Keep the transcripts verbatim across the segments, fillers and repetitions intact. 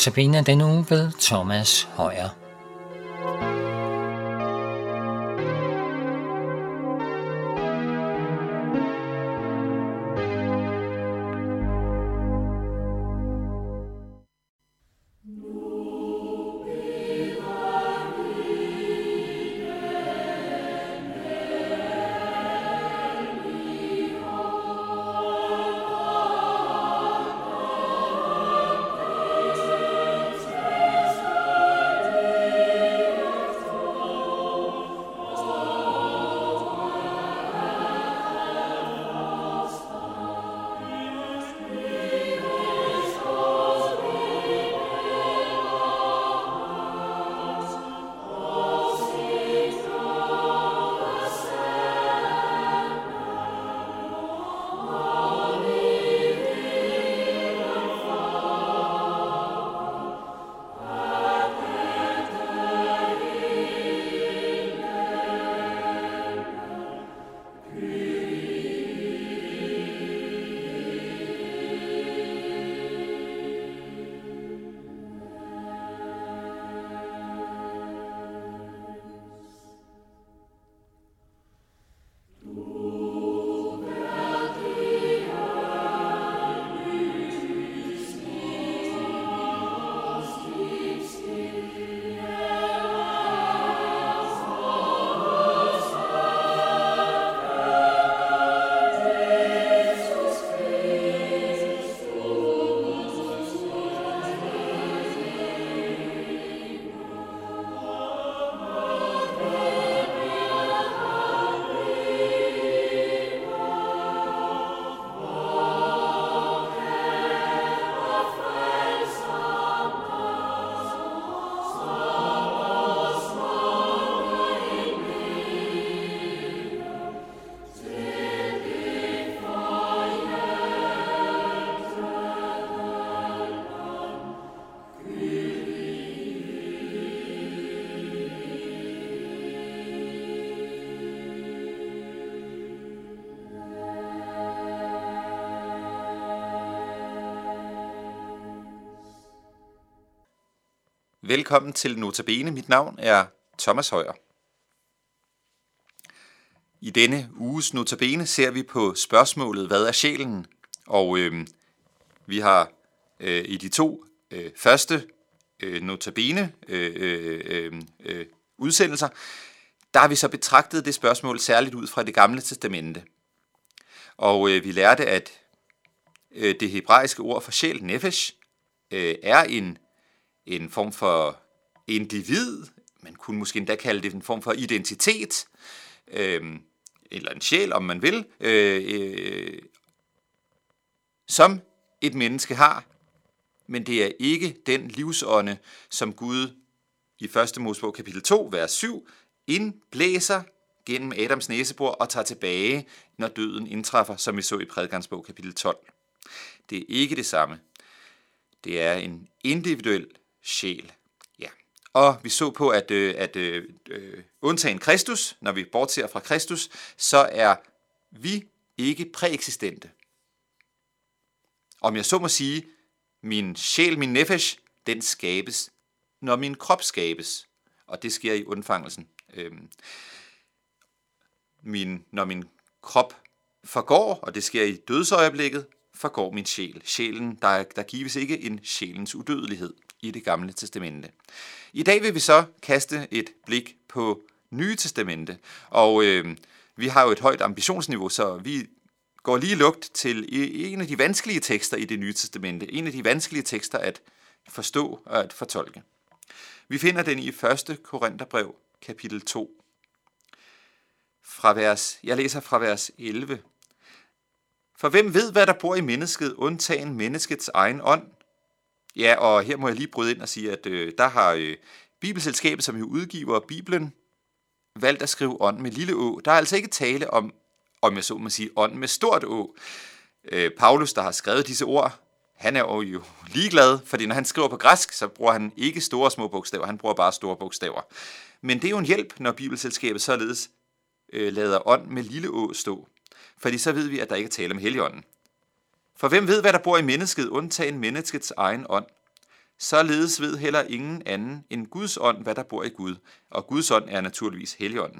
Notabene denne uge ved Thomas Højer. Velkommen til Notabene. Mit navn er Thomas Højer. I denne uges Notabene ser vi på spørgsmålet, hvad er sjælen? Og øh, vi har øh, i de to øh, første øh, Notabene øh, øh, øh, udsendelser, der har vi så betragtet det spørgsmål særligt ud fra det gamle testamente. Og øh, vi lærte, at øh, det hebraiske ord for sjæl, nefesh, øh, er en en form for individ, man kunne måske endda kalde det en form for identitet, øh, eller en sjæl, om man vil, øh, øh, som et menneske har, men det er ikke den livsånde, som Gud i første Mosebog kapitel to, vers syv, indblæser gennem Adams næsebor og tager tilbage, når døden indtræffer, som vi så i Prædikernes bog kapitel tolv. Det er ikke det samme. Det er en individuel sjæl. Ja. Og vi så på, at, øh, at øh, undtagen Kristus, når vi bortser fra Kristus, så er vi ikke præeksistente. Om jeg så må sige, min sjæl, min nefesh, den skabes, når min krop skabes. Og det sker i undfangelsen. Øhm, min, når min krop forgår, og det sker i dødsøjeblikket, forgår min sjæl. Sjælen, der, der gives ikke en sjælens udødelighed i det gamle testamente. I dag vil vi så kaste et blik på Nye Testamente, og øh, vi har jo et højt ambitionsniveau, så vi går lige lugt til en af de vanskelige tekster i det Nye Testamente, en af de vanskelige tekster at forstå og at fortolke. Vi finder den i første Korintherbrev, kapitel to. Fra vers, jeg læser fra vers elleve. For hvem ved, hvad der bor i mennesket, undtagen menneskets egen ånd? Ja, og her må jeg lige bryde ind og sige, at øh, der har øh, Bibelselskabet, som jo udgiver Bibelen, valgt at skrive ånd med lille å. Der er altså ikke tale om, om jeg så må sige, ånd med stort å. Øh, Paulus, der har skrevet disse ord, han er jo ligeglad, fordi når han skriver på græsk, så bruger han ikke store og små bogstaver, han bruger bare store bogstaver. Men det er jo en hjælp, når Bibelselskabet således øh, lader ånd med lille å stå. Fordi så ved vi, at der ikke er tale om Helligånden. For hvem ved, hvad der bor i mennesket, undtagen menneskets egen ånd? således ved heller ingen anden end Guds ånd, hvad der bor i Gud. Og Guds ånd er naturligvis Helligånden.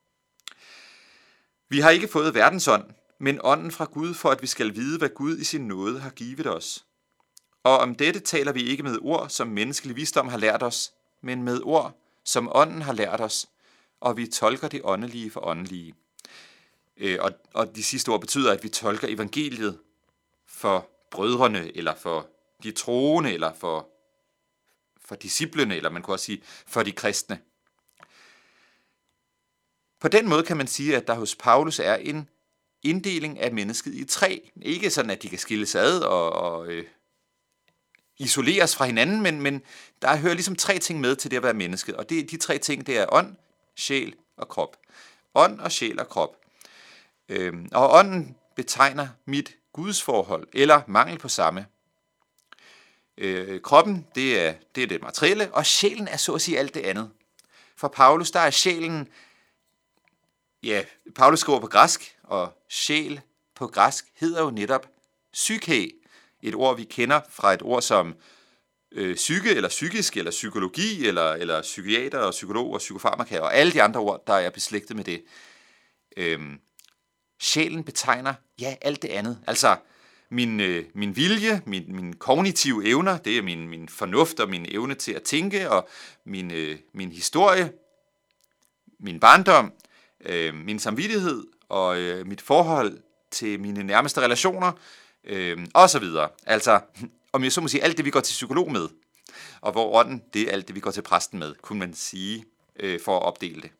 Vi har ikke fået verdens ånd, men ånden fra Gud, for at vi skal vide, hvad Gud i sin nåde har givet os. Og om dette taler vi ikke med ord, som menneskelig visdom har lært os, men med ord, som ånden har lært os, og vi tolker det åndelige for åndelige. Øh, og, og de sidste ord betyder, at vi tolker evangeliet for brødrene, eller for de troende, eller for, for disciplene, eller man kunne også sige for de kristne. På den måde kan man sige, at der hos Paulus er en inddeling af mennesket i tre. Ikke sådan, at de kan skilles ad og, og øh, isoleres fra hinanden, men, men der hører ligesom tre ting med til det at være menneske. Og det, de tre ting, det er ånd, sjæl og krop. Ånd og sjæl og krop. Øhm, og ånden betegner mit gudsforhold, eller mangel på samme. Øh, kroppen, det er, det er det materielle, og sjælen er så at sige alt det andet. For Paulus, der er sjælen, ja, Paulus skriver på græsk, og sjæl på græsk hedder jo netop psyke, et ord vi kender fra et ord som øh, psyke, eller psykisk, eller psykologi, eller, eller psykiater, og psykolog, og psykofarmaka, og alle de andre ord, der er beslægtet med det. Øhm, sjælen betegner, ja, alt det andet. Altså, min, øh, min vilje, min, min kognitive evner, det er min, min fornuft og min evne til at tænke, og min, øh, min historie, min barndom, øh, min samvittighed, og øh, mit forhold til mine nærmeste relationer, øh, og så videre. Altså, om jeg så må sige, alt det, vi går til psykolog med, og hvor ånden, det er alt det, vi går til præsten med, kunne man sige, øh, for at opdele det.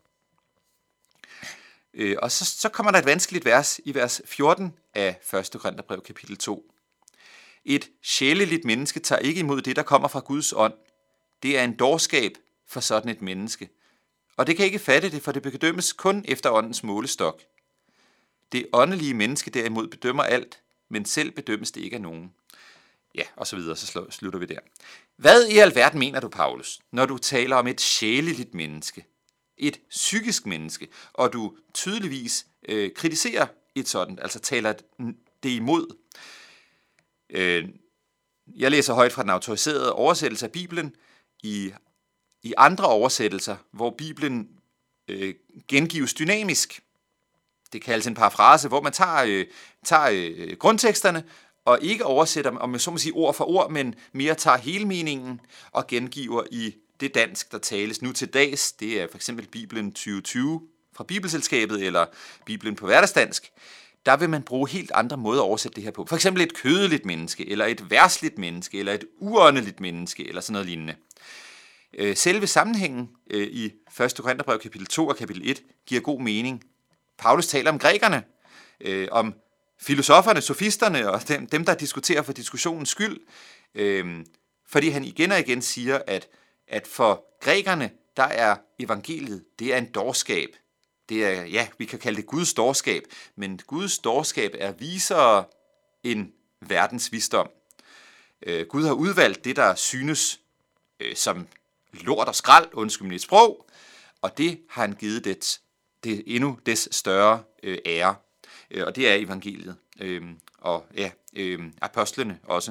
Øh, og så, så kommer der et vanskeligt vers i vers fjorten af første Korintherbrev kapitel to. Et sjæleligt menneske tager ikke imod det, der kommer fra Guds ånd. Det er en dårskab for sådan et menneske. Og det kan ikke fatte det, for det bedømmes kun efter åndens målestok. Det åndelige menneske derimod bedømmer alt, men selv bedømmes det ikke af nogen. Ja, og så videre, så slutter vi der. Hvad i alverden mener du, Paulus, når du taler om et sjæleligt menneske? Et psykisk menneske, og du tydeligvis øh, kritiserer et sådan, altså taler det imod. Øh, jeg læser højt fra den autoriserede oversættelse af Bibelen. I, i andre oversættelser, hvor Bibelen øh, gengives dynamisk, det kaldes en parafrase, hvor man tager, øh, tager øh, grundteksterne, og ikke oversætter, om jeg så må sige ord for ord, men mere tager hele meningen og gengiver i det dansk, der tales nu til dags. Det er for eksempel Bibelen tyve tyve fra Bibelselskabet, eller Bibelen på hverdagsdansk. Der vil man bruge helt andre måder at oversætte det her på. For eksempel et kødeligt menneske, eller et versligt menneske, eller et uåndeligt menneske, eller sådan noget lignende. Selve sammenhængen i første Korintherbrev kapitel to og kapitel et giver god mening. Paulus taler om grækerne, om filosoferne, sofisterne og dem, dem der diskuterer for diskussionens skyld, fordi han igen og igen siger, at at for grækerne, der er evangeliet, det er en dårskab. Det er, ja, vi kan kalde det Guds dårskab, men Guds dårskab er visere end verdens visdom. Øh, Gud har udvalgt det, der synes øh, som lort og skrald, undskyld mit sprog, og det har han givet det, det endnu des større øh, ære. Øh, og det er evangeliet, øh, og ja, øh, apostlene også.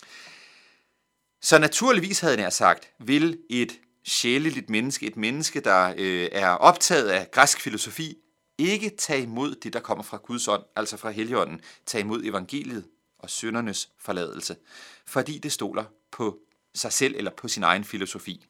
Så naturligvis, havde jeg sagt, vil et sjæleligt menneske, et menneske, der øh, er optaget af græsk filosofi, ikke tage imod det, der kommer fra Guds ånd, altså fra Helligånden, tage imod evangeliet og syndernes forladelse, fordi det stoler på sig selv eller på sin egen filosofi.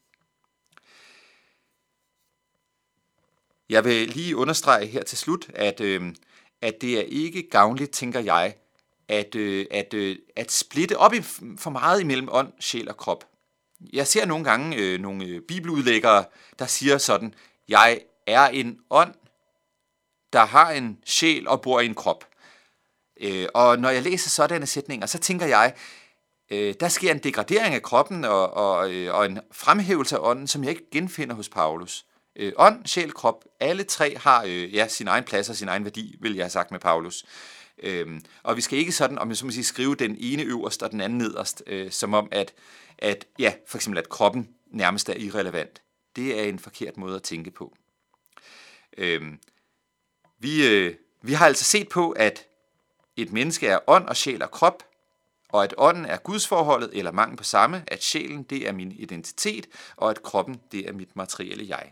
Jeg vil lige understrege her til slut, at, øh, at det er ikke gavnligt, tænker jeg, At, øh, at, øh, at splitte op i for meget imellem ånd, sjæl og krop. Jeg ser nogle gange øh, nogle øh, bibeludlæggere, der siger sådan, jeg er en ånd, der har en sjæl og bor i en krop. Øh, og når jeg læser sådanne sætninger, så tænker jeg, øh, der sker en degradering af kroppen og, og, øh, og en fremhævelse af ånden, som jeg ikke genfinder hos Paulus. Øh, ånd, sjæl, krop, alle tre har øh, ja, sin egen plads og sin egen værdi, vil jeg have sagt med Paulus. Øhm, og vi skal ikke sådan, om jeg så må sige, skrive den ene øverst og den anden nederst, øh, som om, at, at, ja, for eksempel, at kroppen nærmest er irrelevant. Det er en forkert måde at tænke på. Øhm, vi, øh, vi har altså set på, at et menneske er ånd og sjæl og krop, og at ånden er gudsforholdet eller mangel på samme, at sjælen det er min identitet, og at kroppen det er mit materielle jeg.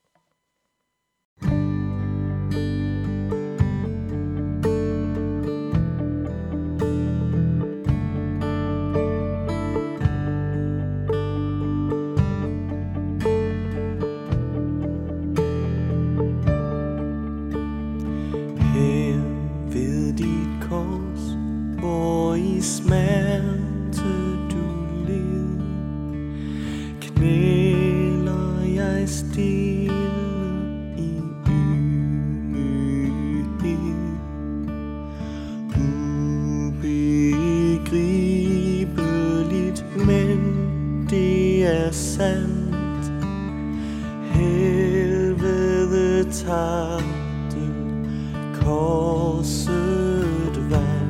Smerte du led, knæler jeg stille i ydmyghed. Ubegribeligt, men det er sandt. Helvede tabte, korset vandt.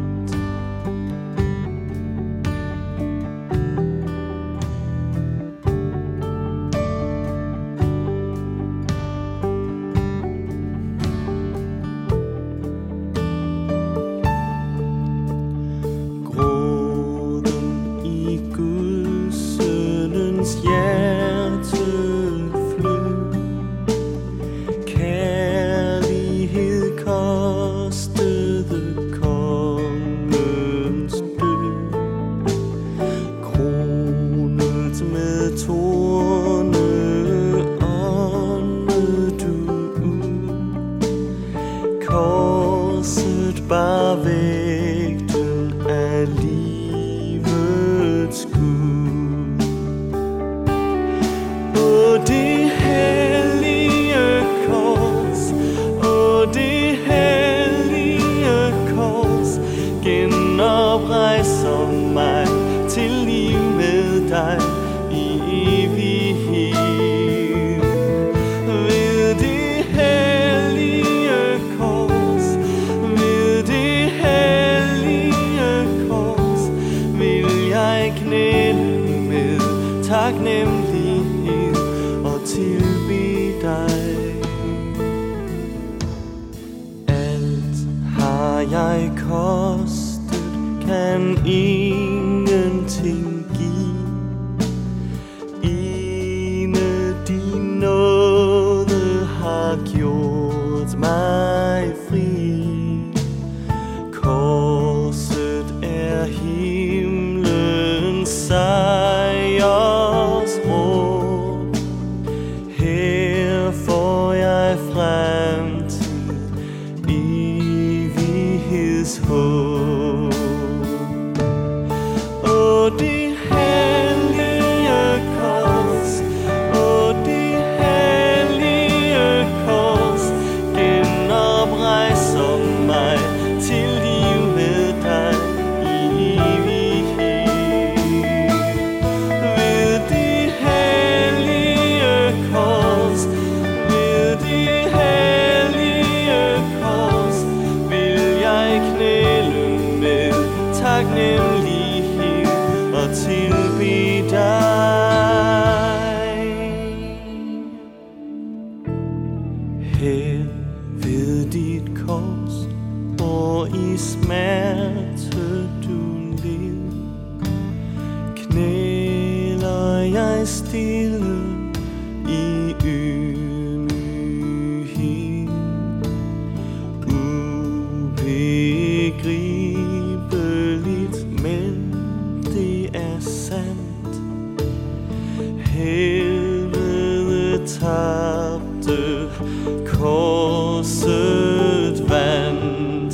Bare vægten af livets Gud. Og det hellige kors, og det hellige kors genoprejser mig til liv med dig i evighed. Ved det hellige kors, ved det hellige kors, vil jeg knæle med taknemmelighed og tilbede dig. Alt har jeg kostet, kan ingenting give. Ene din nåde har gjort mig fri. Korset er himlens sejrsråb. Her får jeg fremtid, evighedshåb. Og det hellige kors, og det hellige kors genoprejser mig til liv med dig i evighed. Ved det hellige kors, ved det hellige kors, vil jeg knæle med taknemmelighed og tilbede dig. Her ved dit kors, hvor i smerte du led, knæler jeg stille i ydmyghed. Ubegribeligt, men det er sandt. Helvede tabte, korset vandt.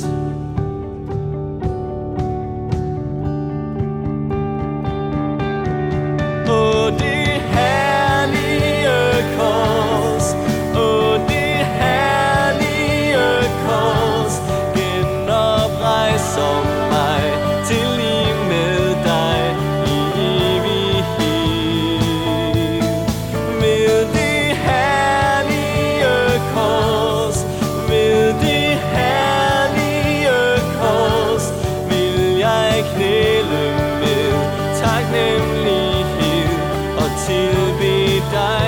Og det herlige kors, og det herlige kors genoprejser mig til liv med dig i evighed. Med det herlige kors, med det herlige kors, vil jeg knæle med taknemmelighed og tilbede dig.